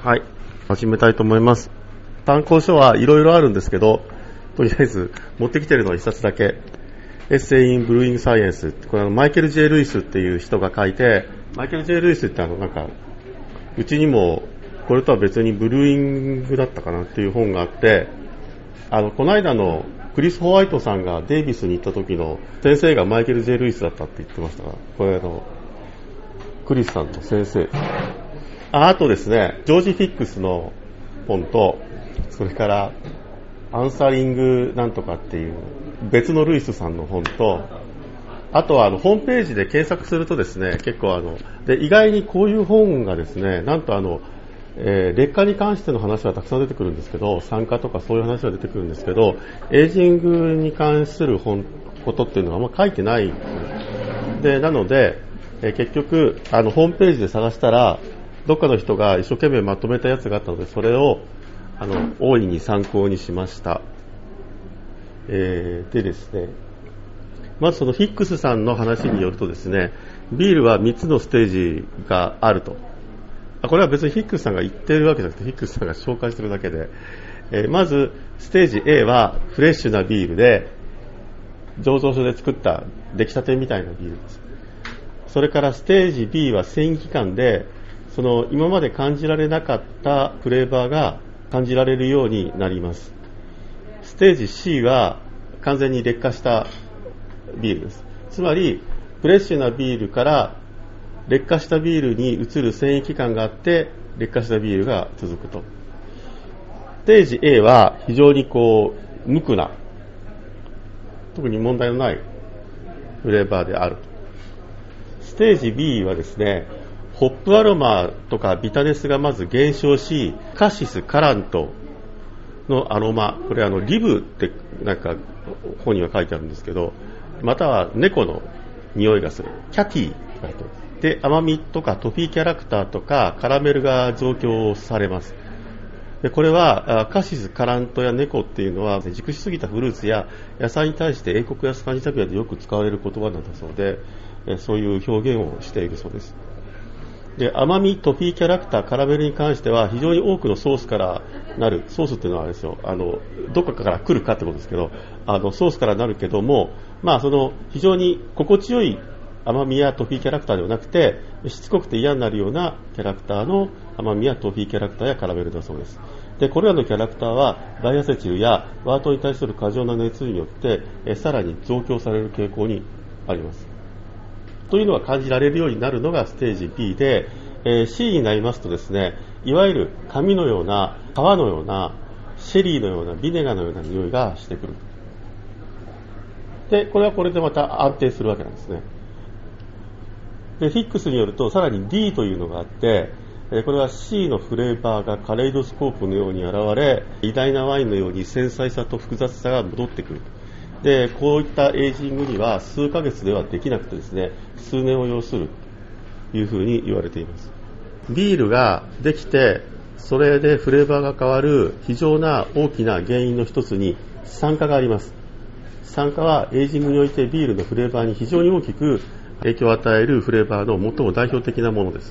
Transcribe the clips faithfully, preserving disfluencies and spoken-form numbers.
はい、始めたいと思います。参考書はいろいろあるんですけど、とりあえず持ってきてるのは一冊だけ。Essay in Brewing Science。これはマイケル・ジェイ・ルイスっていう人が書いて、マイケル・ジェイ・ルイスってあのなんか、うちにもこれとは別にブルーイングだったかなっていう本があって、あの、この間のクリス・ホワイトさんがデイビスに行った時の先生がマイケル・ジェイ・ルイスだったって言ってましたから、これあの、クリスさんと先生。あ, あとですね、ジョージ・フィックスの本と、それからアンサリングなんとかっていう別のルイスさんの本と、あとはあのホームページで検索するとですね、結構あので意外にこういう本がですね、なんとあの、えー、劣化に関しての話はたくさん出てくるんですけど、酸化とかそういう話は出てくるんですけど、エイジングに関する本ことっていうのはあんま書いてないで、なので、えー、結局あのホームページで探したらどっかの人が一生懸命まとめたやつがあったので、それをあの大いに参考にしました。えー、でですね、まずそのフィックスさんの話によるとですね、ビールはみっつのステージがあると。これは別にフィックスさんが言っているわけじゃなくて、フィックスさんが紹介するだけで、えー、まずステージ A はフレッシュなビールで、醸造所で作った出来たてみたいなビールです。それからステージ B は繊維期間で、その今まで感じられなかったフレーバーが感じられるようになります。ステージ C は完全に劣化したビールです。つまりフレッシュなビールから劣化したビールに移る繊維期間があって、劣化したビールが続くと。ステージ A は非常にこう無垢な、特に問題のないフレーバーである。ステージ B はですね、ホップアロマとかビタネスがまず減少し、カシス、カラントのアロマ、これあのリブってなんか本には書いてあるんですけど、または猫の匂いがするキャティーって書いてある。で、甘みとかトフィーキャラクターとかカラメルが増強されます。で、これはカシス、カラントや猫っていうのは熟しすぎたフルーツや野菜に対して英国やスカンジナビアでよく使われる言葉なんだそうで、そういう表現をしているそうです。で、甘み、トフィーキャラクター、カラメルに関しては非常に多くのソースからなる、ソースっていうのはあれですよ、あのどこかから来るかってことですけど、あのソースからなるけども、まあその非常に心地よい甘みやトフィーキャラクターではなくて、しつこくて嫌になるようなキャラクターの甘みやトフィーキャラクターやカラメルだそうです。で、これらのキャラクターはダイアセチルやワートに対する過剰な熱によってえさらに増強される傾向にあります。というのが感じられるようになるのがステージ B で、えー、C になりますとですね、いわゆる紙のような、皮のような、シェリーのような、ビネガーのような匂いがしてくる。で、これはこれでまた安定するわけなんですね。で、フィックスによると、さらに D というのがあって、えー、これは C のフレーバーがカレイドスコープのように現れ、偉大なワインのように繊細さと複雑さが戻ってくる。で、こういったエイジングには数ヶ月ではできなくてですね、数年を要するというふうに言われています。ビールができて、それでフレーバーが変わる非常な大きな原因の一つに酸化があります。酸化はエイジングにおいてビールのフレーバーに非常に大きく影響を与えるフレーバーの最も代表的なものです。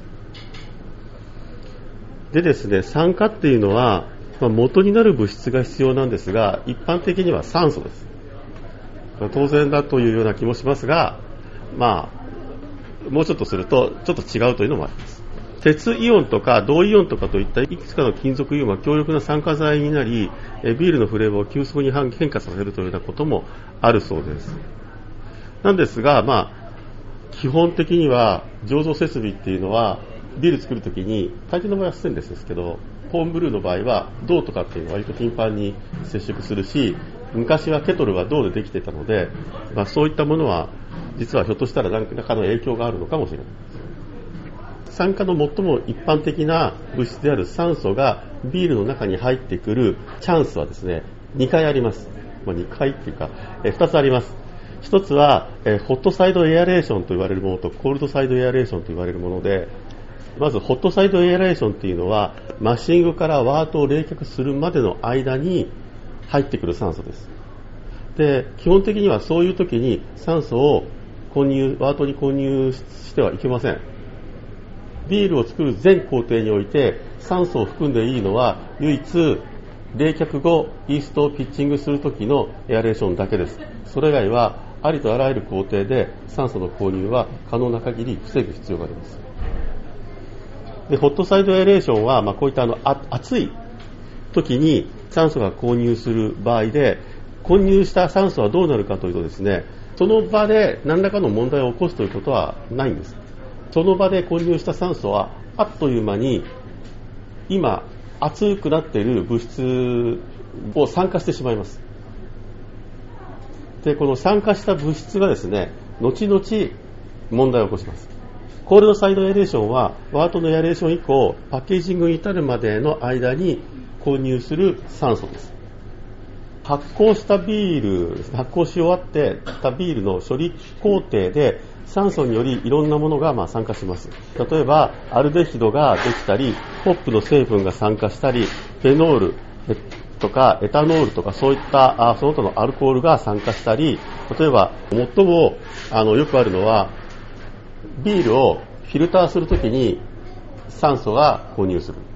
でですね、酸化っていうのは、まあ、元になる物質が必要なんですが、一般的には酸素です。当然だというような気もしますが、まあ、もうちょっとするとちょっと違うというのもあります。鉄イオンとか銅イオンとかといったいくつかの金属イオンは強力な酸化剤になり、ビールのフレーバーを急速に変化させるというようなこともあるそうです。なんですが、まあ、基本的には醸造設備っていうのはビール作るときに、大抵の場合はステンレスですけど、ホームブルーの場合は銅とかっていうのは割と頻繁に接触するし、昔はケトルは銅でできていたので、まあ、そういったものは実はひょっとしたら何らかの影響があるのかもしれない。酸化の最も一般的な物質である酸素がビールの中に入ってくるチャンスはですね、にかいあります。まあ、にかいっていうか、えふたつあります。ひとつはえホットサイドエアレーションと言われるものとコールドサイドエアレーションと言われるもので、まずホットサイドエアレーションっていうのはマシングからワートを冷却するまでの間に入ってくる酸素です。で、基本的にはそういう時に酸素を混入、ワートに混入してはいけません。ビールを作る全工程において酸素を含んでいいのは唯一冷却後イーストをピッチングするときのエアレーションだけです。それ以外はありとあらゆる工程で酸素の購入は可能な限り防ぐ必要があります。でホットサイドエアレーションは、まあ、こういったあのあ暑い時に酸素が購入する場合で、混入した酸素はどうなるかというとですね、その場で何らかの問題を起こすということはないんです。その場で混入した酸素はあっという間に今熱くなっている物質を酸化してしまいます。でこの酸化した物質がですね、後々問題を起こします。コールドサイドエアレーションはワートのエアレーション以降パッケージングに至るまでの間に混入する酸素です。発酵したビール、発酵し終わってたビールの処理工程で酸素によりいろんなものがまあ酸化します。例えばアルデヒドができたり、ホップの成分が酸化したり、フェノールとかエタノールとかそういったあその他のアルコールが酸化したり、例えば最もあのよくあるのはビールをフィルターするときに酸素が混入する。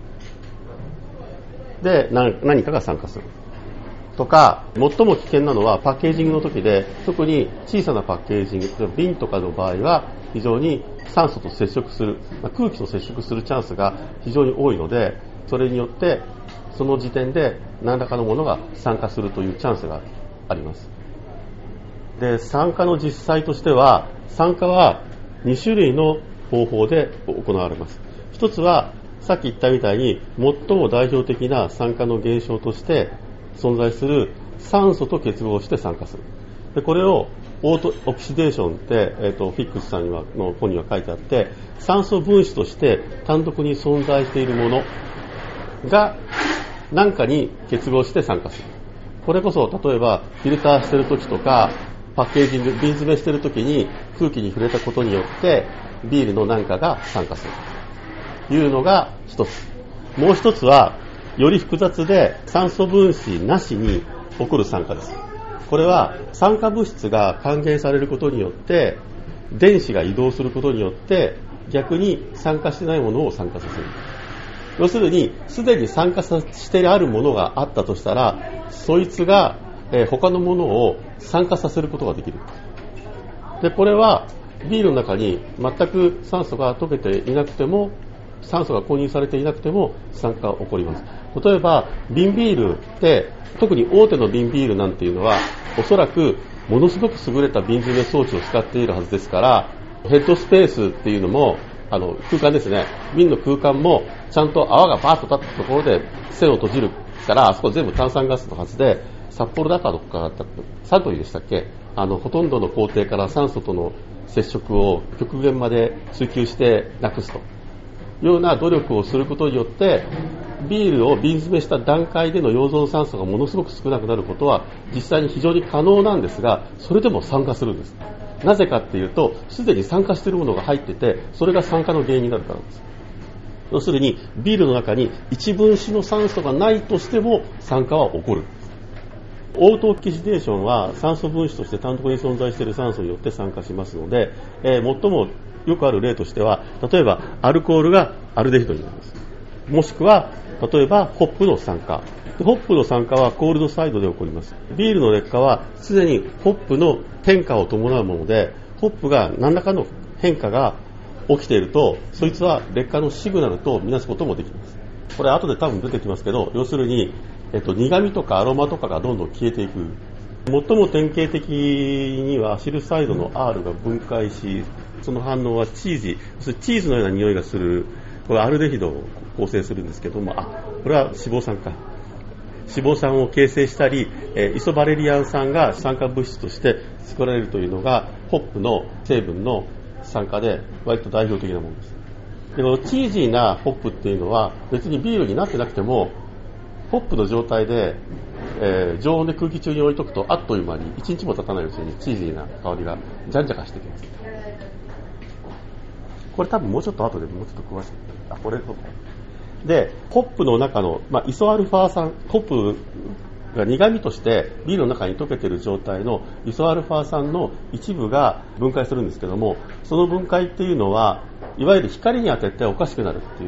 で何かが酸化する。とか、最も危険なのはパッケージングの時で、特に小さなパッケージング、瓶とかの場合は非常に酸素と接触する、空気と接触するチャンスが非常に多いので、それによってその時点で何らかのものが酸化するというチャンスがあります。で、酸化の実際としては、酸化はに種類の方法で行われます。一つはさっき言ったみたいに最も代表的な酸化の現象として存在する酸素と結合して酸化する。でこれをオートオキシデーションって、えー、とフィックスさんにはの本には書いてあって、酸素分子として単独に存在しているものが何かに結合して酸化する。これこそ例えばフィルターしてる時とかパッケージング瓶詰めしてる時に空気に触れたことによってビールの何かが酸化するというのが一つ。もう一つはより複雑で酸素分子なしに起こる酸化です。これは酸化物質が還元されることによって電子が移動することによって逆に酸化してないものを酸化させる。要するにすでに酸化してあるものがあったとしたら、そいつが他のものを酸化させることができる。でこれはビールの中に全く酸素が溶けていなくても、酸素が混入されていなくても酸化が起こります。例えば瓶ビールって特に大手の瓶ビールなんていうのはおそらくものすごく優れた瓶詰め装置を使っているはずですから、ヘッドスペースっていうのもあの空間ですね、瓶の空間もちゃんと泡がバーッと立ったところで栓を閉じるから、あそこ全部炭酸ガスのはずで、札幌だかどこかだったサントリーでしたっけ、あのほとんどの工程から酸素との接触を極限まで追求してなくすとような努力をすることによってビールを瓶詰めした段階での溶存酸素がものすごく少なくなることは実際に非常に可能なんですが、それでも酸化するんです。なぜかっていうと、すでに酸化しているものが入ってて、それが酸化の原因になるからです。要するにビールの中に一分子の酸素がないとしても酸化は起こる。オートオキシデーションは酸素分子として単独に存在している酸素によって酸化しますので、えー、最もよくある例としては、例えばアルコールがアルデヒドになります。もしくは例えばホップの酸化。ホップの酸化はコールドサイドで起こります。ビールの劣化はすでにホップの変化を伴うもので、ホップが何らかの変化が起きていると、そいつは劣化のシグナルとみなすこともできます。これ後で多分出てきますけど、要するに、えっと、苦味とかアロマとかがどんどん消えていく。最も典型的にはアシルサイドの R が分解し、その反応はチーズ、チーズのような匂いがする、これアルデヒドを構成するんですけども、あ、これは脂肪酸か。脂肪酸を形成したり、えー、イソバレリアン酸が酸化物質として作られるというのがホップの成分の酸化で割と代表的なものです。でもチージーなホップっていうのは別にビールになってなくても、ホップの状態で、えー、常温で空気中に置いとくとあっという間にいちにちも経たないうちにチージーな香りがじゃんじゃかしてきます。これ多分もうちょっと後でもうちょっと詳しく、あ、これでホップの中の、まあ、イソアルファ酸、ホップが苦味としてビールの中に溶けている状態のイソアルファ酸の一部が分解するんですけども、その分解っていうのはいわゆる光に当てておかしくなるっていう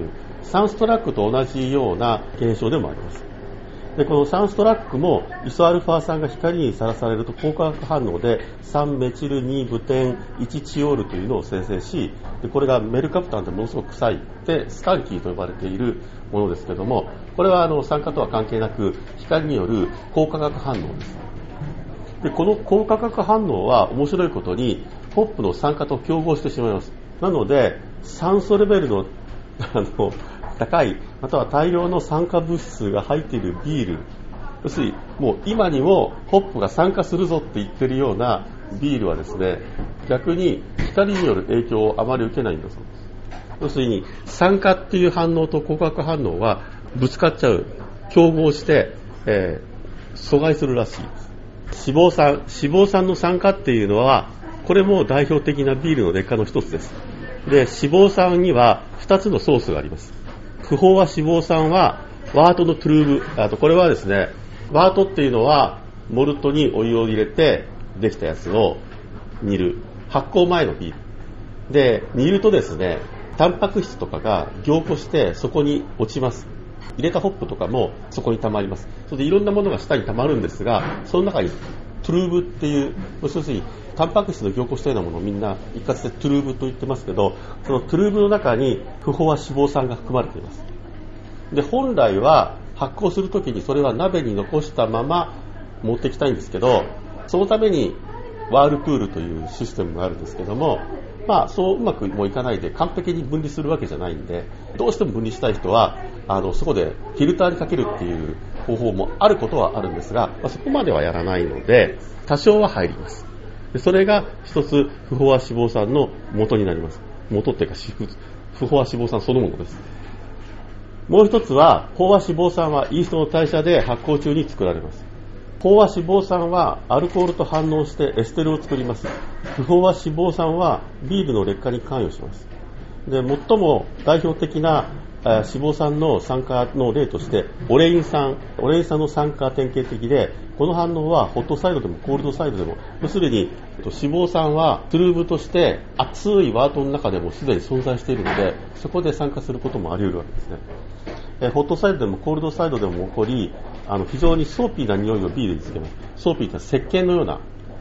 サンストラックと同じような現象でもあります。で、このサンストラックもイソアルファ酸が光にさらされると光化学反応でさんメチルにブテンいちチオールというのを生成し、でこれがメルカプタンってものすごく臭いでスカンキーと呼ばれているものですけども、これはあの酸化とは関係なく光による光化学反応です。でこの光化学反応は面白いことにホップの酸化と競合してしまいます。なので酸素レベルのあの高いまたは大量の酸化物質が入っているビール、要するにもう今にもホップが酸化するぞって言ってるようなビールはですね、逆に光による影響をあまり受けないんだそうです。要するに酸化っていう反応と光化学反応はぶつかっちゃう、競合して、えー、阻害するらしいです。脂肪酸脂肪酸の酸化っていうのはこれも代表的なビールの劣化の一つです。で脂肪酸にはふたつのソースがあります。不飽和脂肪酸はワートのトゥルーブ、あとこれはですね、ワートっていうのはモルトにお湯を入れてできたやつを煮る発酵前のビールで、煮るとですねタンパク質とかが凝固してそこに落ちます。入れたホップとかもそこに溜まります。それでいろんなものが下に溜まるんですが、その中にトゥルーブっていう要するにタンパク質の凝固したようなものをみんな一括でトゥルーブと言ってますけど、そのトゥルーブの中に不飽和脂肪酸が含まれています。で本来は発酵するときにそれは鍋に残したまま持ってきたいんですけど、そのためにワールプールというシステムがあるんですけども、まあそううまくもいかないで完璧に分離するわけじゃないんで、どうしても分離したい人はあのそこでフィルターにかけるっていう方法もあることはあるんですが、まあ、そこまではやらないので多少は入ります。でそれが一つ不飽和脂肪酸の元になります。元っていうか不飽和脂肪酸そのものです。もう一つは飽和脂肪酸はイーストの代謝で発酵中に作られます。飽和脂肪酸はアルコールと反応してエステルを作ります。不飽和脂肪酸はビールの劣化に関与します。で最も代表的な脂肪酸の酸化の例としてオレイン酸オレイン酸の酸化は典型的で、この反応はホットサイドでもコールドサイドでも、要するに脂肪酸はトゥルーブとして熱いワートの中でもすでに存在しているので、そこで酸化することもあり得るわけですね。えホットサイドでもコールドサイドでも起こり、あの非常にソーピーな匂いをビールにつけます。ソーピーというのは石鹸のような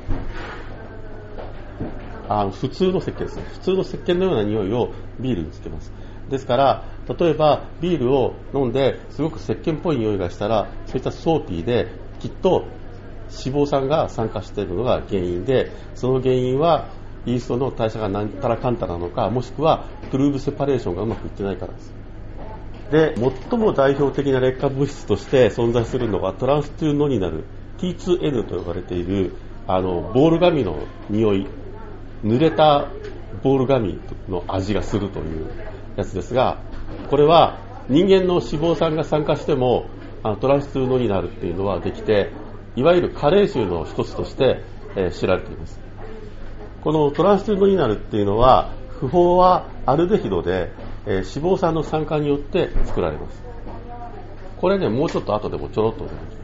あの普通の石鹸ですね。普通の石脂のような匂いをビールにつけます。ですから例えばビールを飲んですごく石鹸っぽい匂いがしたら、そういったソーピーできっと脂肪酸が酸化しているのが原因で、その原因はイーストの代謝がなんたらかんたらなのか、もしくはトゥルーブセパレーションがうまくいってないからです。で最も代表的な劣化物質として存在するのはトランストゥーノニナル ティーツーエヌ と呼ばれているあのボール紙の匂い、濡れたボール紙の味がするというやつですが、これは人間の脂肪酸が酸化してもあのトランストゥーノニナルっていうのはできて、いわゆる加齢臭の一つとして、えー、知られています。このトランストゥーノニナルっていうのは不飽和アルデヒドで、えー、脂肪酸の酸化によって作られます。これね、もうちょっと後でもちょろっとお願いします。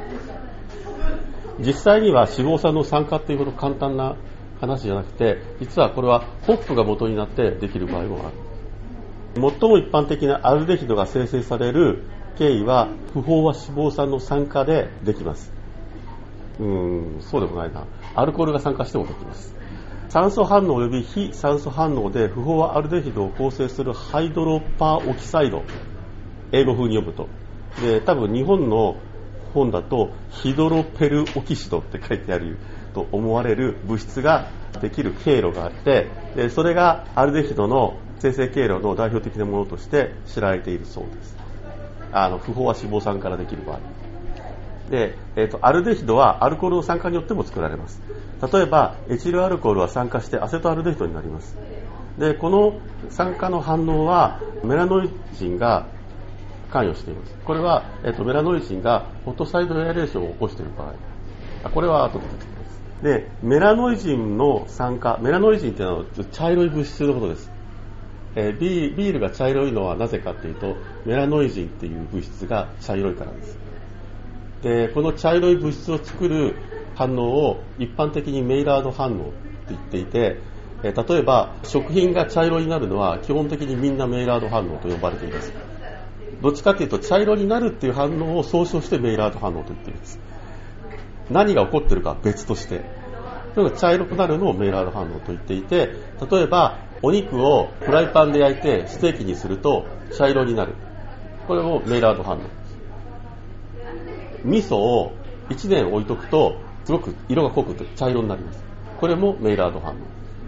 実際には脂肪酸の酸化っていうほど簡単な話じゃなくて、実はこれはホップが元になってできる場合もある。最も一般的なアルデヒドが生成される経緯は不飽和脂肪酸の酸化でできます。うーん、そうでもないな。アルコールが酸化してもできます。酸素反応及び非酸素反応で不飽和アルデヒドを構成するハイドロパーオキサイド、英語風に読むと。で、多分日本の本だとヒドロペルオキシドって書いてあると思われる物質ができる経路があって、でそれがアルデヒドの生成経路の代表的なものとして知られているそうです。あの不飽和脂肪酸からできる場合で、えーと、アルデヒドはアルコールの酸化によっても作られます。例えばエチルアルコールは酸化してアセトアルデヒドになります。でこの酸化の反応はメラノイジンが関与しています。これは、えーと、メラノイジンがフォトサイドエアレーションを起こしている場合、あこれは後で出てきます。でメラノイジンの酸化、メラノイジンというのは茶色い物質のことです。えー、ビ, ビールが茶色いのはなぜかというと、メラノイジンという物質が茶色いからです。でこの茶色い物質を作る反応を一般的にメイラード反応と言っていて、 えー、例えば食品が茶色になるのは基本的にみんなメイラード反応と呼ばれています。どっちかというと茶色になるっていう反応を総称してメイラード反応と言っています。何が起こっているかは別として、茶色くなるのをメイラード反応と言っていて、例えばお肉をフライパンで焼いてステーキにすると茶色になる。これもメイラード反応です。味噌をいちねん置いとくとすごく色が濃くて茶色になります。これもメイラード反応。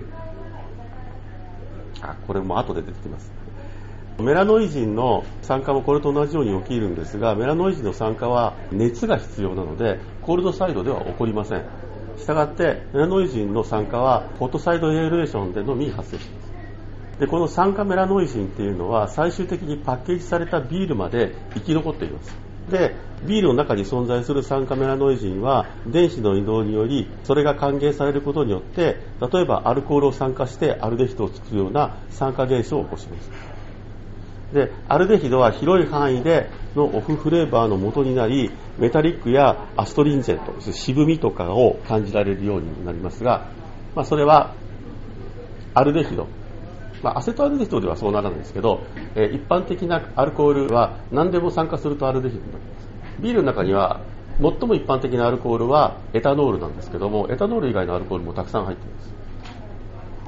あ、これも後で出てきます。メラノイジンの酸化もこれと同じように起きるんですが、メラノイジンの酸化は熱が必要なのでコールドサイドでは起こりません。したがってメラノイジンの酸化はホットサイドエアレーションでのみ発生します。で、この酸化メラノイジンっていうのは最終的にパッケージされたビールまで生き残っています。で、ビールの中に存在する酸化メラノイジンは電子の移動によりそれが還元されることによって、例えばアルコールを酸化してアルデヒドを作るような酸化現象を起こします。で、アルデヒドは広い範囲でのオフフレーバーの元になり、メタリックやアストリンジェント、渋みとかを感じられるようになりますが、まあ、それはアルデヒド、まあ、アセトアルデヒドではそうならないんですけど、えー、一般的なアルコールは何でも酸化するとアルデヒドになります。ビールの中には最も一般的なアルコールはエタノールなんですけども、エタノール以外のアルコールもたくさん入っています。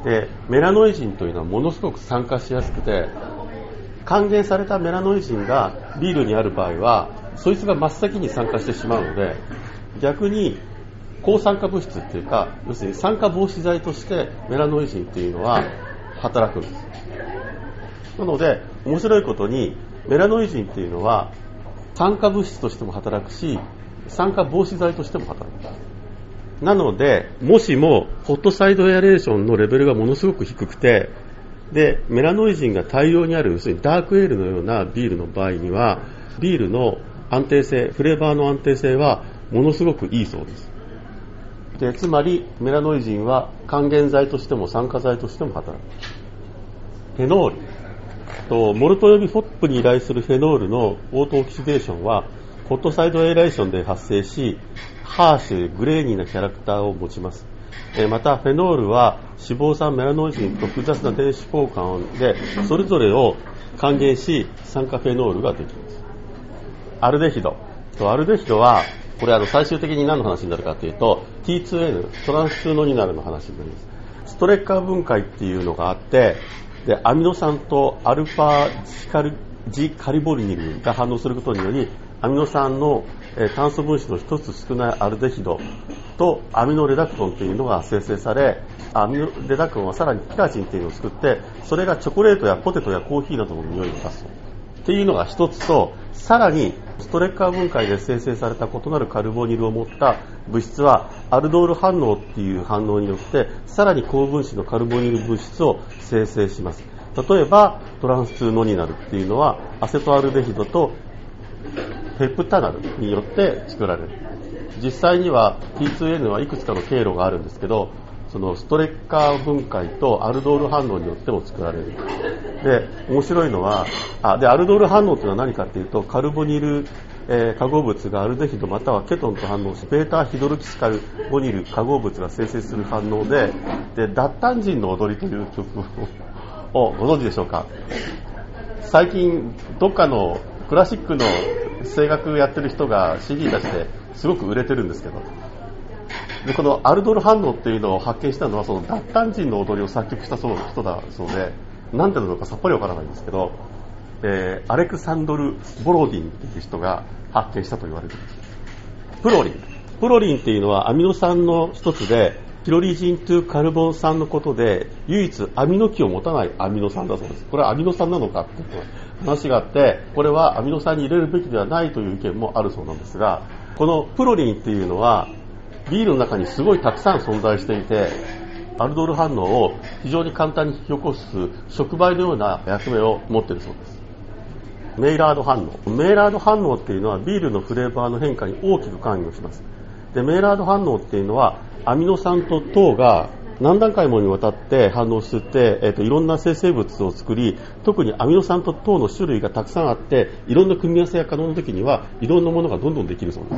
で、メラノイジンというのはものすごく酸化しやすくて、還元されたメラノイジンがビールにある場合はそいつが真っ先に酸化してしまうので、逆に抗酸化物質っていうか、要するに酸化防止剤としてメラノイジンっていうのは働くんです。なので面白いことにメラノイジンっていうのは酸化物質としても働くし、酸化防止剤としても働く。なのでもしもホットサイドエアレーションのレベルがものすごく低くて、でメラノイジンが大量にある、要するにダークエールのようなビールの場合にはビールの安定性、フレーバーの安定性はものすごくいいそうです。で、つまりメラノイジンは還元剤としても酸化剤としても働く。フェノールとモルト及びホップに依頼するフェノールのオートオキシデーションはホットサイドエアレーションで発生し、ハーシュ、グレーニーなキャラクターを持ちます。またフェノールは脂肪酸メラノイジンと複雑な電子交換でそれぞれを還元し酸化フェノールができます。アルデヒドアルデヒドはこれあの最終的に何の話になるかというと ティーツーエヌ トランスツーノニナルの話になります。ストレッカー分解っていうのがあって、でアミノ酸とアルファジカリボニルが反応することによりアミノ酸の炭素分子の一つ少ないアルデヒドとアミノレダクトンというのが生成され、アミノレダクトンはさらにキラチンというのを作って、それがチョコレートやポテトやコーヒーなどの匂いを出すっていうのが一つと、さらにストレッカー分解で生成された異なるカルボニルを持った物質はアルドール反応っていう反応によってさらに高分子のカルボニル物質を生成します。例えばトランスツーノニナルっていうのはアセトアルデヒドとペプタナルによって作られる。実際には ティーツーエヌ はいくつかの経路があるんですけど、そのストレッカー分解とアルドール反応によっても作られる。で、面白いのは、あ、で、アルドール反応というのは何かというと、カルボニル、えー、化合物がアルデヒドまたはケトンと反応し、ベータヒドロキシカルボニル化合物が生成する反応で、で、脱炭人の踊りという曲をご存知でしょうか。最近、どっかのクラシックの声楽やってる人が シーディー 出してすごく売れてるんですけど、でこのアルドール反応っていうのを発見したのはその脱炭人の踊りを作曲した人だそうで、なんていうのかさっぱりわからないんですけど、えー、アレクサンドル・ボロディンっていう人が発見したと言われています。プロリンプロリンっていうのはアミノ酸の一つで、ピロリジントゥカルボン酸のことで唯一アミノ基を持たないアミノ酸だそうです。これはアミノ酸なのかっていう話があって、これはアミノ酸に入れるべきではないという意見もあるそうなんですが、このプロリンっていうのはビールの中にすごいたくさん存在していて、アルドール反応を非常に簡単に引き起こす触媒のような役目を持っているそうです。メイラード反応メイラード反応っていうのはビールのフレーバーの変化に大きく関与します。でメイラード反応っていうのはアミノ酸と糖が何段階もにわたって反応して、えー、といろんな生成物を作り、特にアミノ酸と糖の種類がたくさんあって、いろんな組み合わせが可能な時にはいろんなものがどんどんできるそうです。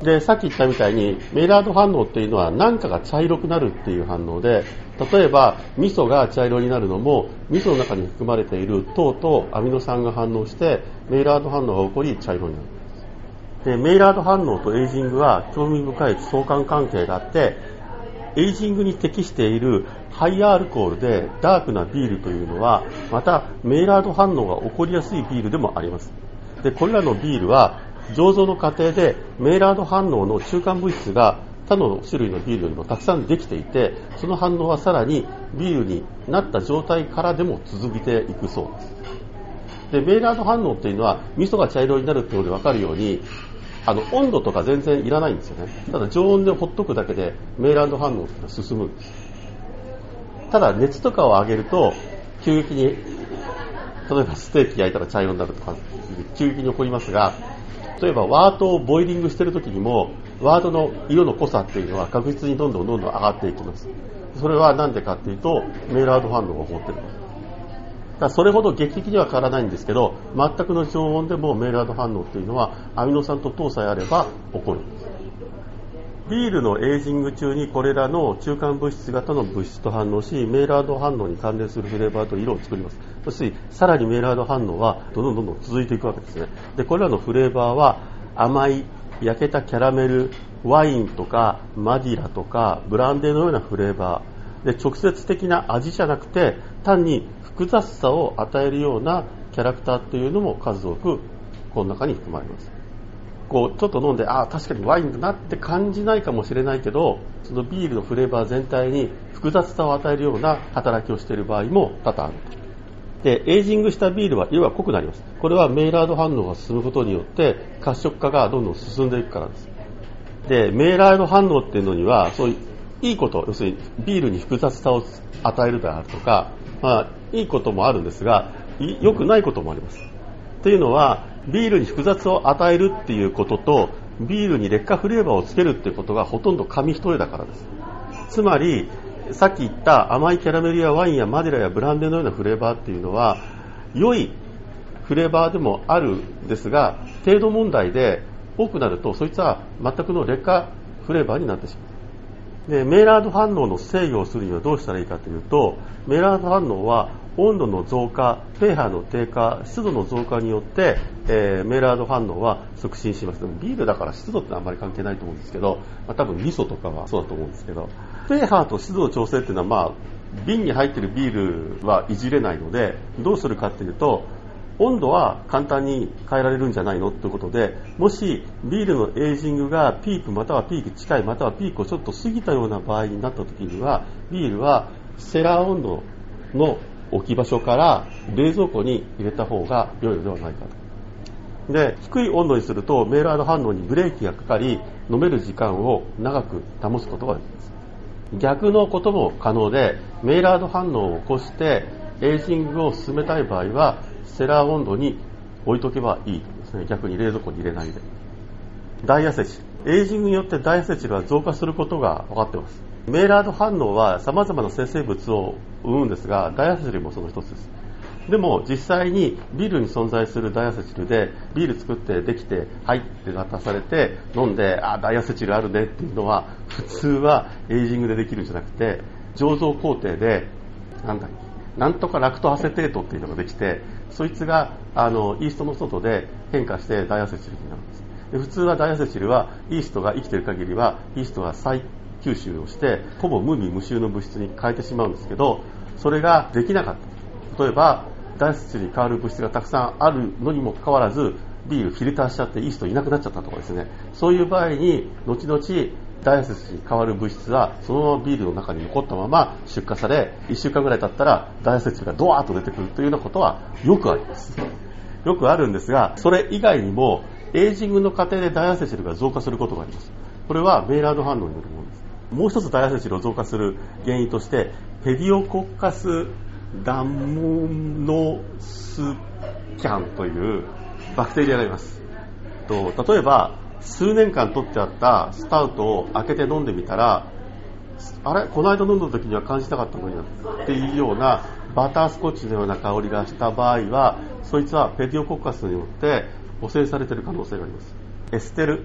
で、さっき言ったみたいにメイラード反応っていうのは何かが茶色くなるっていう反応で、例えば味噌が茶色になるのも味噌の中に含まれている糖とアミノ酸が反応してメイラード反応が起こり茶色になる。で、メイラード反応とエイジングは興味深い相関関係があって、エイジングに適しているハイアルコールでダークなビールというのはまたメイラード反応が起こりやすいビールでもあります。で、これらのビールは醸造の過程でメイラード反応の中間物質が他の種類のビールよりもたくさんできていて、その反応はさらにビールになった状態からでも続いていくそうです。で、メイラード反応っていうのは味噌が茶色になるっていうので分かるように、あの温度とか全然いらないんですよね。ただ常温でほっとくだけでメイラード反応っていうのは進むんです。ただ熱とかを上げると急激に、例えばステーキ焼いたら茶色になるとか急激に起こりますが、例えばワートをボイリングしている時にもワートの色の濃さっていうのは確実にどんどんどんどん上がっていきます。それは何でかっていうとメイラード反応が起こっているんです。だからそれほど劇的には変わらないんですけど、全くの常温でもメイラード反応っていうのはアミノ酸と糖さえあれば起こるんです。ビールのエイジング中にこれらの中間物質型の物質と反応し、メイラード反応に関連するフレーバーと色を作ります。そしてさらにメイラード反応はどんどんどんどん続いていくわけですね。で、これらのフレーバーは甘い焼けたキャラメル、ワインとかマディラとかブランデーのようなフレーバーで、直接的な味じゃなくて単に複雑さを与えるようなキャラクターっていうのも数多くこの中に含まれます。こうちょっと飲んで、ああ確かにワインだなって感じないかもしれないけど、そのビールのフレーバー全体に複雑さを与えるような働きをしている場合も多々ある。で、エイジングしたビールは色が濃くなります。これはメイラード反応が進むことによって褐色化がどんどん進んでいくからです。で、メイラード反応っていうのにはそういういいこと、要するにビールに複雑さを与えるであるとか、まあいいこともあるんですが、良くないこともあります。というのはビールに複雑を与えるっていうこととビールに劣化フレーバーをつけるっていうことがほとんど紙一重だからです。つまりさっき言った甘いキャラメルやワインやマデラやブランデーのようなフレーバーっていうのは良いフレーバーでもあるんですが、程度問題で多くなるとそいつは全くの劣化フレーバーになってしまう。で、メイラード反応の制御をするにはどうしたらいいかというと、メイラード反応は温度の増加、pHの低下、湿度の増加によって、えー、メイラード反応は促進します。でもビールだから湿度ってあんまり関係ないと思うんですけど、まあ、多分味噌とかはそうだと思うんですけど、pHと湿度の調整っていうのは、まあ、瓶に入っているビールはいじれないので、どうするかっていうと、温度は簡単に変えられるんじゃないのということで、もしビールのエイジングがピークまたはピーク近いまたはピークをちょっと過ぎたような場合になった時には、ビールはセラー温度の置き場所から冷蔵庫に入れた方が良いのではないかと。で、低い温度にするとメイラード反応にブレーキがかかり、飲める時間を長く保つことができます。逆のことも可能で、メイラード反応を起こしてエイジングを進めたい場合はセラー温度に置いとけばいいですね。逆に冷蔵庫に入れないで。ダイアセチル、エイジングによってダイアセチルは増加することが分かっています。メイラード反応は様々な生成物を生むんですが、ダイアセチルもその一つです。でも実際にビールに存在するダイアセチルでビール作ってできてはいって渡されて飲んで、あ、ダイアセチルあるねっていうのは普通はエイジングでできるんじゃなくて、醸造工程でなんだっけなんとかラクトアセテートっていうのができて、そいつがあのイーストの外で変化してダイアセチルになるんです。で、普通はダイアセチルはイーストが生きている限りはイーストが再吸収をしてほぼ無味無臭の物質に変えてしまうんですけど、それができなかった。例えばダイアセチルに変わる物質がたくさんあるのにもかかわらずビールフィルターしちゃってイーストいなくなっちゃったとかですね、そういう場合に後々ダイアセチルに変わる物質はそのままビールの中に残ったまま出荷され、いっしゅうかんぐらい経ったらダイアセチルがドワーッと出てくるというようなことはよくあります。よくあるんですが、それ以外にもエイジングの過程でダイアセチルが増加することがあります。これはメイラード反応によるものです。もう一つダイアセチルを増加する原因としてペディオコッカスダモノスキャンというバクテリアがいます。と例えば数年間取ってあったスタウトを開けて飲んでみたら、あれこの間飲んだ時には感じなかったのになっていうようなバタースコッチのような香りがした場合は、そいつはペディオコッカスによって汚染されている可能性があります。エステル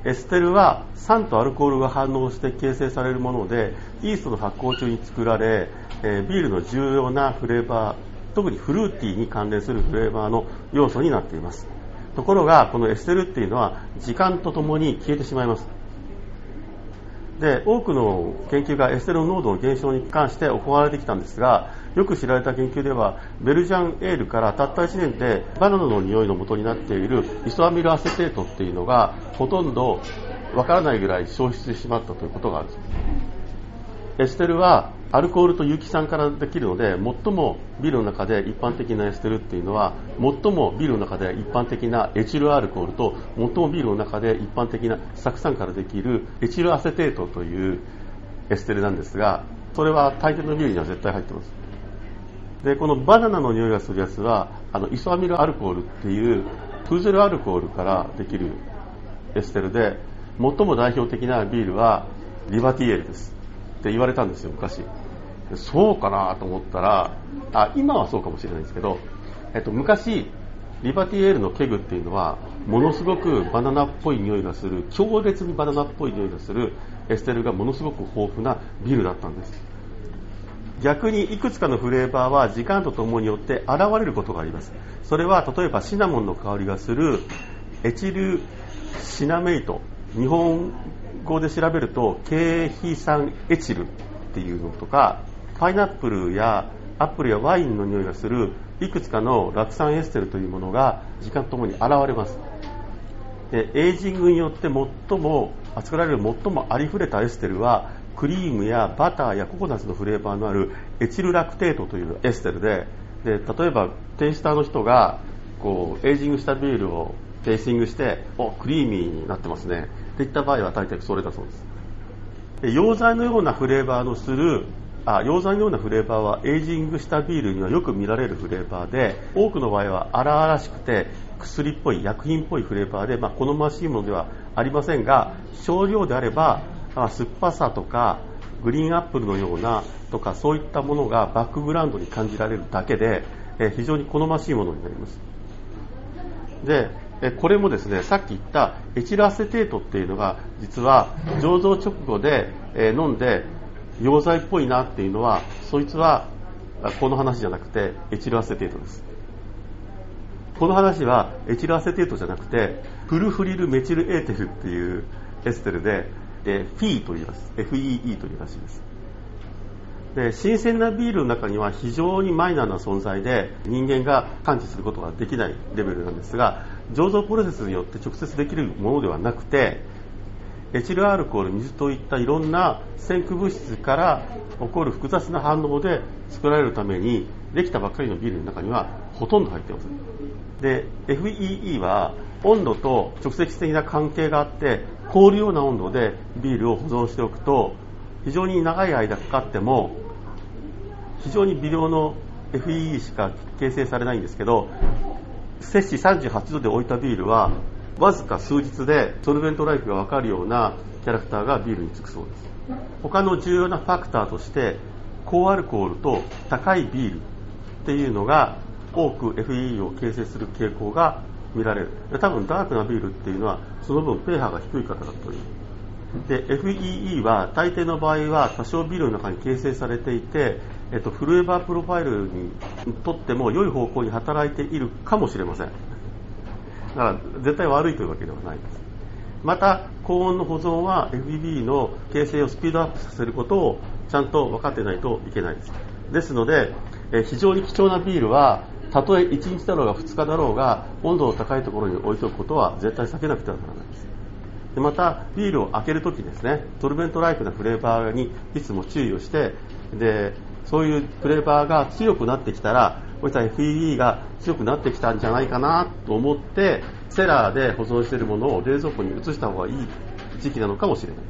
エステルは酸とアルコールが反応して形成されるもので、イーストの発酵中に作られ、えー、ビールの重要なフレーバー、特にフルーティーに関連するフレーバーの要素になっています。ところがこのエステルっていうのは時間とともに消えてしまいます。で、多くの研究がエステルの濃度の減少に関して行われてきたんですが、よく知られた研究ではベルジャンエールからたったいちねんでバナナの匂いの元になっているイソアミルアセテートっていうのがほとんどわからないぐらい消失してしまったということがあるんです。エステルはアルコールと有機酸からできるので、最もビールの中で一般的なエステルっていうのは、最もビールの中で一般的なエチルアルコールと、最もビールの中で一般的な酢酸からできるエチルアセテートというエステルなんですが、それは大抵のビールには絶対入ってます。で、このバナナの匂いがするやつは、あのイソアミルアルコールっていうフーゼルアルコールからできるエステルで、最も代表的なビールはリバティエールですって言われたんですよ、昔。そうかなと思ったら、あ、今はそうかもしれないですけど、えっと、昔リバティエールのケグっていうのはものすごくバナナっぽい匂いがする、強烈にバナナっぽい匂いがするエステルがものすごく豊富なビールだったんです。逆にいくつかのフレーバーは時間とともによって現れることがあります。それは例えばシナモンの香りがするエチルシナメイト、日本語で調べるとケーヒ酸エチルっていうのとか、パイナップルやアップルやワインの匂いがするいくつかの酪酸エステルというものが時間とともに現れます。で、エイジングによって最も作られる最もありふれたエステルはクリームやバターやココナッツのフレーバーのあるエチルラクテートというエステルで、で例えばテイスターの人がこうエイジングしたビールをテイスティングして、お、クリーミーになってますねっていった場合は大体それだそうです。で、溶剤のようなフレーバーのするあ溶剤のようなフレーバーはエイジングしたビールにはよく見られるフレーバーで、多くの場合は荒々しくて薬っぽい薬品っぽいフレーバーで、まあ、好ましいものではありませんが、少量であれば、まあ、酸っぱさとかグリーンアップルのようなとかそういったものがバックグラウンドに感じられるだけで、えー、非常に好ましいものになります。で、えー、これもですね、さっき言ったエチルアセテートっていうのが実は醸造直後で、えー、飲んで溶剤っぽいなっていうのは、そいつはこの話じゃなくてエチルアセテートです。この話はエチルアセテートじゃなくてフルフリルメチルエーテルっていうエステルで、でフィーと言います。 エフイーイー というらしいです。で、新鮮なビールの中には非常にマイナーな存在で人間が感知することができないレベルなんですが、醸造プロセスによって直接できるものではなくて、エチルアルコール、水といったいろんな先駆物質から起こる複雑な反応で作られるためにできたばっかりのビールの中にはほとんど入っていません。で、エフイーイー は温度と直接的な関係があって、凍るような温度でビールを保存しておくと非常に長い間かかっても非常に微量の エフイーイー しか形成されないんですけど、摂氏さんじゅうはちどで置いたビールはわずか数日でソルベントライフが分かるようなキャラクターがビールにつくそうです。他の重要なファクターとして高アルコールと高いビールっていうのが多く エフイーイー を形成する傾向が見られる。多分ダークなビールっていうのはその分ペーハーが低い方だという。で、エフイーイー は大抵の場合は多少ビールの中に形成されていて、えっと、フレーバープロファイルにとっても良い方向に働いているかもしれません。だから絶対悪いというわけではないです。また高温の保存は エフイービー の形成をスピードアップさせることをちゃんと分かってないといけないです。ですので、え非常に貴重なビールはたとえいちにちだろうがふつかだろうが温度の高いところに置いておくことは絶対避けなくてはならないです。で、またビールを開けるときですね、ソルベントライクなフレーバーにいつも注意をして、でそういうフレーバーが強くなってきたら、こういった エフイーイー が強くなってきたんじゃないかなと思ってセラーで保存しているものを冷蔵庫に移した方がいい時期なのかもしれない。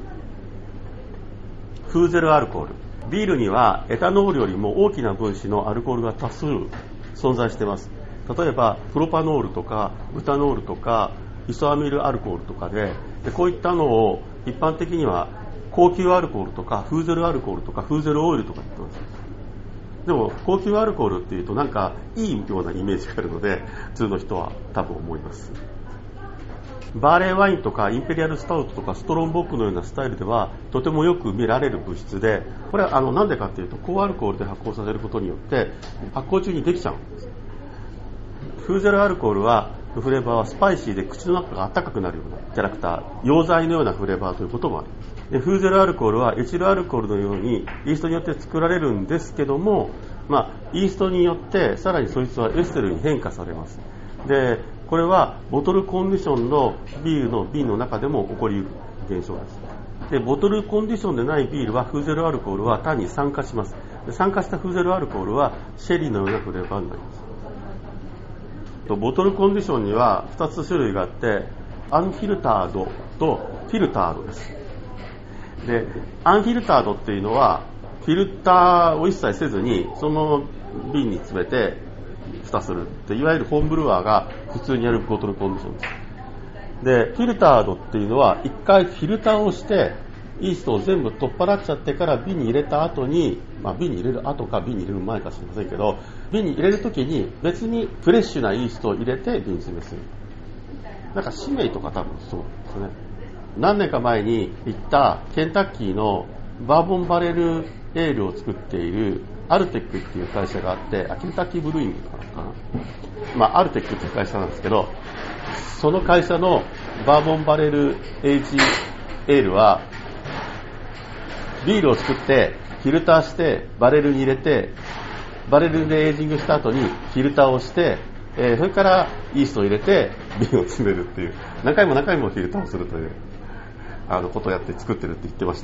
フーゼルアルコール、ビールにはエタノールよりも大きな分子のアルコールが多数存在しています。例えばプロパノールとかブタノールとかイソアミルアルコールとか で, でこういったのを一般的には高級アルコールとかフーゼルアルコールとかフーゼルオイルとか言ってます。でも高級アルコールっていうとなんかいいようなイメージがあるので普通の人は多分思います。 バーレーワインとかインペリアルスタウトとかストロンボックのようなスタイルではとてもよく見られる物質で、これはあのなんでかというと高アルコールで発酵させることによって発酵中にできちゃうんです。フーゼルアルコールはフレーバーはスパイシーで口の中が温かくなるようなキャラクター、溶剤のようなフレーバーということもある。でフーゼルアルコールはエチルアルコールのようにイーストによって作られるんですけども、まあ、イーストによってさらにそいつはエステルに変化されます。でこれはボトルコンディションのビールの瓶の中でも起こりうる現象です。でボトルコンディションでないビールはフーゼルアルコールは単に酸化します。で酸化したフーゼルアルコールはシェリーのようなフレーバーになります。ボトルコンディションにはふたつ種類があって、アンフィルタードとフィルタードです。でアンフィルタードっていうのはフィルターを一切せずにその瓶に詰めて蓋するって、いわゆるホームブルワーが普通にやるボトルコンディションです。でフィルタードっていうのは一回フィルターをしてイーストを全部取っ払っちゃってから瓶に入れた後に、まあ、瓶に入れる後か瓶に入れる前か知りませんけど、瓶に入れるときに別にフレッシュなイーストを入れて瓶詰めする。なんかシメイとか多分そうですね。何年か前に行ったケンタッキーのバーボンバレルエールを作っているアルテックっていう会社があって、あケンタッキーブルーイングかな、まあ、アルテックっていう会社なんですけど、その会社のバーボンバレルエイジエールはビールを作ってフィルターしてバレルに入れて、バレルでエイジングした後にフィルターをして、えー、それからイーストを入れて瓶を詰めるっていう、何回も何回もフィルターをするというあのことをやって作ってるって言ってました。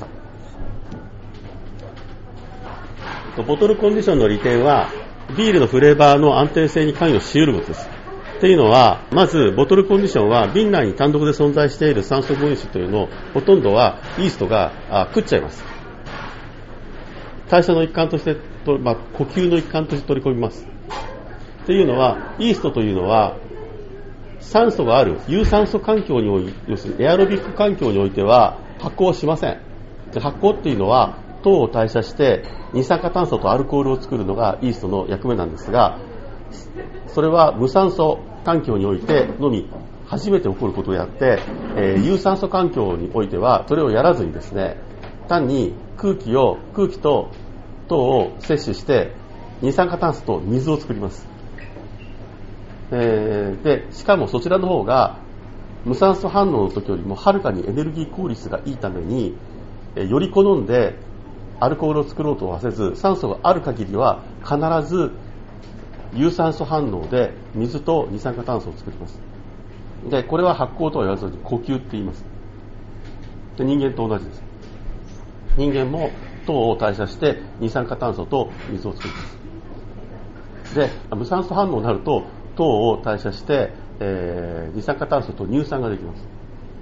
ボトルコンディションの利点はビールのフレーバーの安定性に関与し得ることです。っていうのは、まずボトルコンディションは瓶内に単独で存在している酸素分子というのをほとんどはイーストがあ食っちゃいます。代謝の一環としてと、まあ、呼吸の一環として取り込みます。っていうのは、イーストというのは酸素がある有酸素環境において、要するにエアロビック環境においては発酵しません。で発酵っていうのは糖を代謝して二酸化炭素とアルコールを作るのがイーストの役目なんですが、それは無酸素環境においてのみ初めて起こることをやって、えー、有酸素環境においてはそれをやらずにですね、単に空気を空気と糖を摂取して二酸化炭素と水を作ります。えー、でしかもそちらの方が無酸素反応の時よりもはるかにエネルギー効率がいいために、えー、より好んでアルコールを作ろうとはせず、酸素がある限りは必ず有酸素反応で水と二酸化炭素を作ります。でこれは発酵とは言わずに呼吸って言います。で人間と同じです。人間も糖を代謝して二酸化炭素と水を作ります。で無酸素反応になると糖を代謝して、えー、二酸化炭素と乳酸ができます。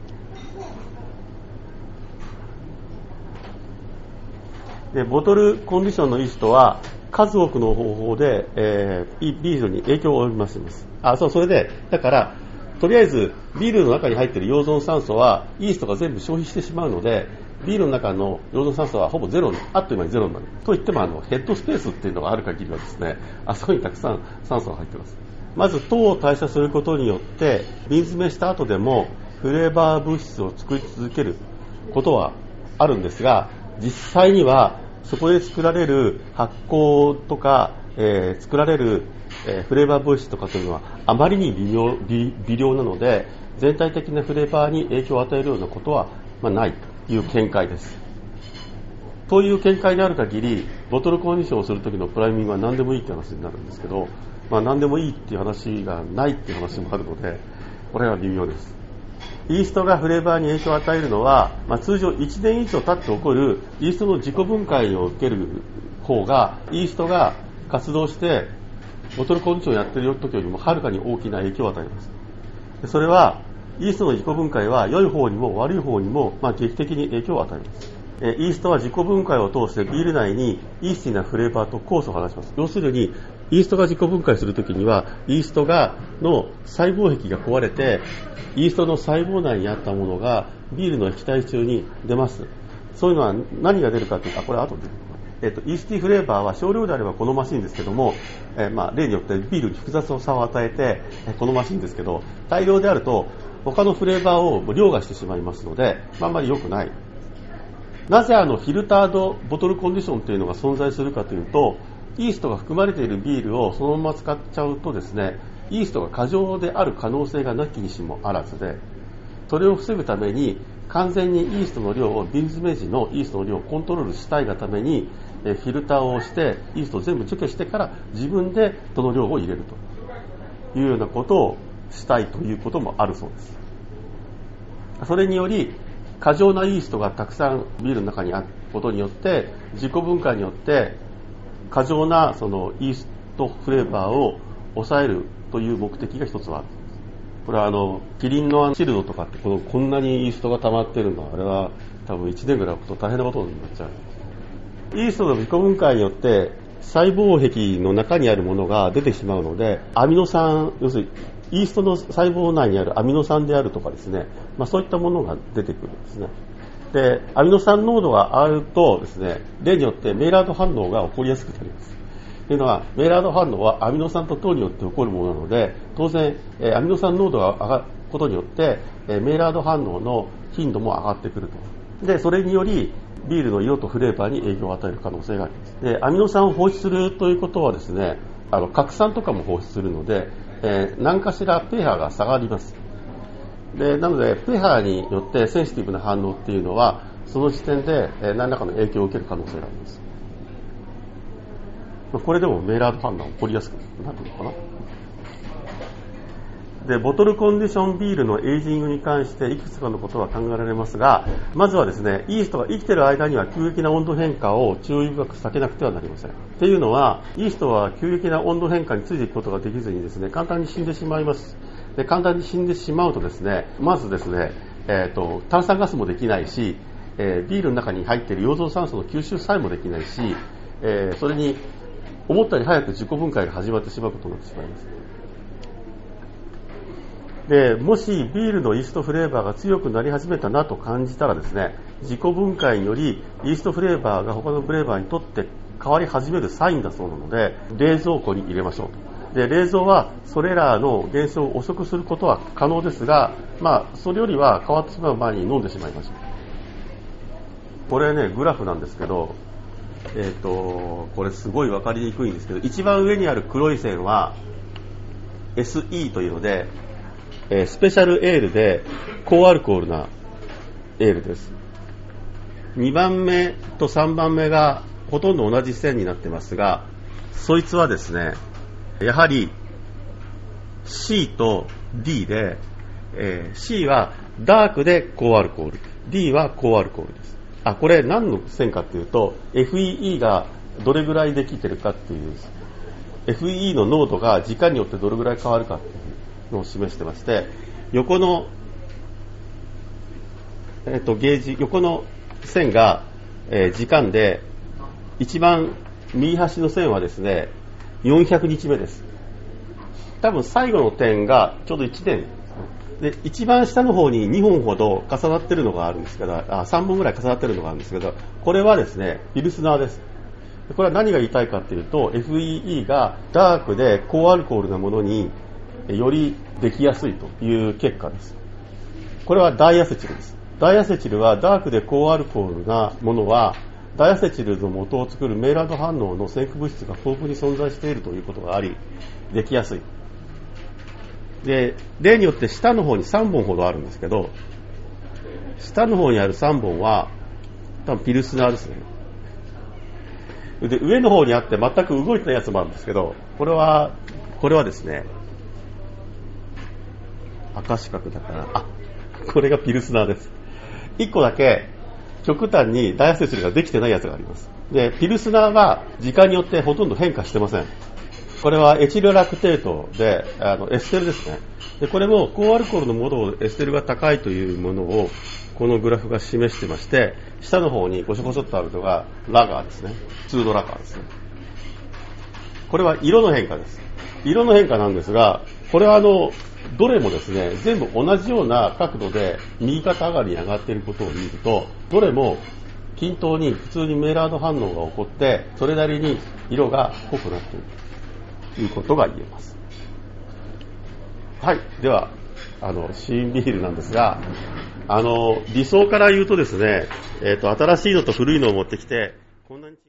でボトルコンディションのイーストは数多くの方法で、えー、ビールに影響を及ぼしています。あ、そう、それでだからとりあえずビールの中に入っている溶存酸素はイーストが全部消費してしまうので、ビールの中の溶存酸素はほぼゼロに、あっという間にゼロになる。といってもあのヘッドスペースっていうのがある限りはですね、あそこにたくさん酸素が入っています。まず糖を代謝することによって瓶詰めした後でもフレーバー物質を作り続けることはあるんですが、実際にはそこで作られる発酵とか、えー、作られる、えー、フレーバー物質とかというのはあまりに微妙、微、微量なので全体的なフレーバーに影響を与えるようなことは、まあ、ないという見解です。という見解である限りボトルコンディションをするときのプライミングは何でもいいって話になるんですけど、まあ、何でもいいっていう話がないっていう話もあるので、これは微妙です。イーストがフレーバーに影響を与えるのは、まあ、通常いちねん以上経って起こるイーストの自己分解を受ける方が、イーストが活動してボトルコンディションをやっている時よりもはるかに大きな影響を与えます。それはイーストの自己分解は良い方にも悪い方にも、まあ、劇的に影響を与えます。イーストは自己分解を通してビール内にイースティーなフレーバーと酵素を放ちます。要するにイーストが自己分解するときにはイーストがの細胞壁が壊れてイーストの細胞内にあったものがビールの液体中に出ます。そういうのは何が出るかというと、これ後で、えっと、イースティーフレーバーは少量であれば好ましいんですけども、えー、まあ例によってビールに複雑さを与えて好ましいんですけど、大量であると他のフレーバーを凌駕してしまいますので、あんまり良くない。なぜあのフィルタードボトルコンディションというのが存在するかというと、イーストが含まれているビールをそのまま使っちゃうとですね、イーストが過剰である可能性がなきにしもあらずで、それを防ぐために完全にイーストの量を、瓶詰め時のイーストの量をコントロールしたいがために、フィルターをしてイーストを全部除去してから自分でその量を入れるというようなことをしたいということもあるそうです。それにより過剰なイーストがたくさんビールの中にあることによって、自己分解によって過剰なそのイーストフレーバーを抑えるという目的が一つはある。これはあのキリンのシルドとかってこのこんなにイーストが溜まってるのは、あれは多分いちねんぐらい置くと大変なことになっちゃう。イーストの自己分解によって細胞壁の中にあるものが出てしまうので、アミノ酸、要するにイーストの細胞内にあるアミノ酸であるとかですね、まあ、そういったものが出てくるんですね。で、アミノ酸濃度が上がるとですね、例によってメイラード反応が起こりやすくなります。というのは、メイラード反応はアミノ酸と糖によって起こるものなので、当然、えー、アミノ酸濃度が上がることによって、えー、メイラード反応の頻度も上がってくると。で、それにより、ビールの色とフレーバーに影響を与える可能性があります。で、アミノ酸を放出するということはですね、あの核酸とかも放出するので、えー、何かしら pH が下がります。で、なので pH によってセンシティブな反応っていうのは、その時点で、えー、何らかの影響を受ける可能性があります。まあ、これでもメイラード反応が起こりやすくなるのかな。で、ボトルコンディションビールのエイジングに関していくつかのことが考えられますが、まずはですね、イーストが生きている間には急激な温度変化を注意深く避けなくてはなりません。っていうのは、イーストは急激な温度変化についていくことができずにですね、簡単に死んでしまいます。で、簡単に死んでしまうとですね、まずですね、えっと、炭酸ガスもできないし、えー、ビールの中に入っている溶造酸素の吸収さえもできないし、えー、それに思ったより早く自己分解が始まってしまうことになってしまいます。で、もしビールのイーストフレーバーが強くなり始めたなと感じたらですね、自己分解によりイーストフレーバーが他のフレーバーにとって変わり始めるサインだそうなので、冷蔵庫に入れましょうと。で、冷蔵はそれらの現象を遅くすることは可能ですが、まあ、それよりは変わってしまう前に飲んでしまいましょう。これね、グラフなんですけど、えっと、これすごい分かりにくいんですけど、一番上にある黒い線は エスイー というので、えー、スペシャルエールで高アルコールなエールです。にばんめとさんばんめがほとんど同じ線になってますが、そいつはですね、やはり C と D で、えー、C はダークで高アルコール、D は高アルコールです。あ、これ何の線かっていうと エフイーイー がどれぐらいできてるかっていう エフイーイー の濃度が時間によってどれぐらい変わるかっていうのを示してまして、横の、えっと、ゲージ、横の線が、えー、時間で、一番右端の線はですね、よんひゃくにちめです。多分最後の点がちょうどいちねん。で、一番下の方ににほんほど重なってるのがあるんですけど、あ、さんぼんぐらい重なってるのがあるんですけど、これはですね、ピルスナーです。これは何が言いたいかっていうと、エフイーイー がダークで高アルコールなものによりできやすいという結果です。これはダイアセチルです。ダイアセチルはダークで高アルコールなものは、ダイアセチルの元を作るメイラード反応の先駆物質が豊富に存在しているということがあり、できやすい。で、例によって下の方にさんぼんほどあるんですけど、下の方にあるさんぼんは多分ピルスナーですね。で、上の方にあって全く動いてないやつもあるんですけど、これはこれはですね、赤四角だから、あ、これがピルスナーです。いっこだけ極端にダイアセチルができてないやつがあります。で、ピルスナーは時間によってほとんど変化してません。これはエチルラクテートで、あのエステルですね。で、これも高アルコールの濃度エステルが高いというものをこのグラフが示してまして、下の方にゴショゴショっとあるのがラガーですね。ツードラガーですね。これは色の変化です。色の変化なんですが、これはあのどれもですね、全部同じような角度で右肩上がりに上がっていることを見ると、どれも均等に普通にメイラード反応が起こって、それなりに色が濃くなっているということが言えます。はい。では、 あの、新ビールなんですが、あの、理想から言うとですね、えっと、新しいのと古いのを持ってきて、こんなに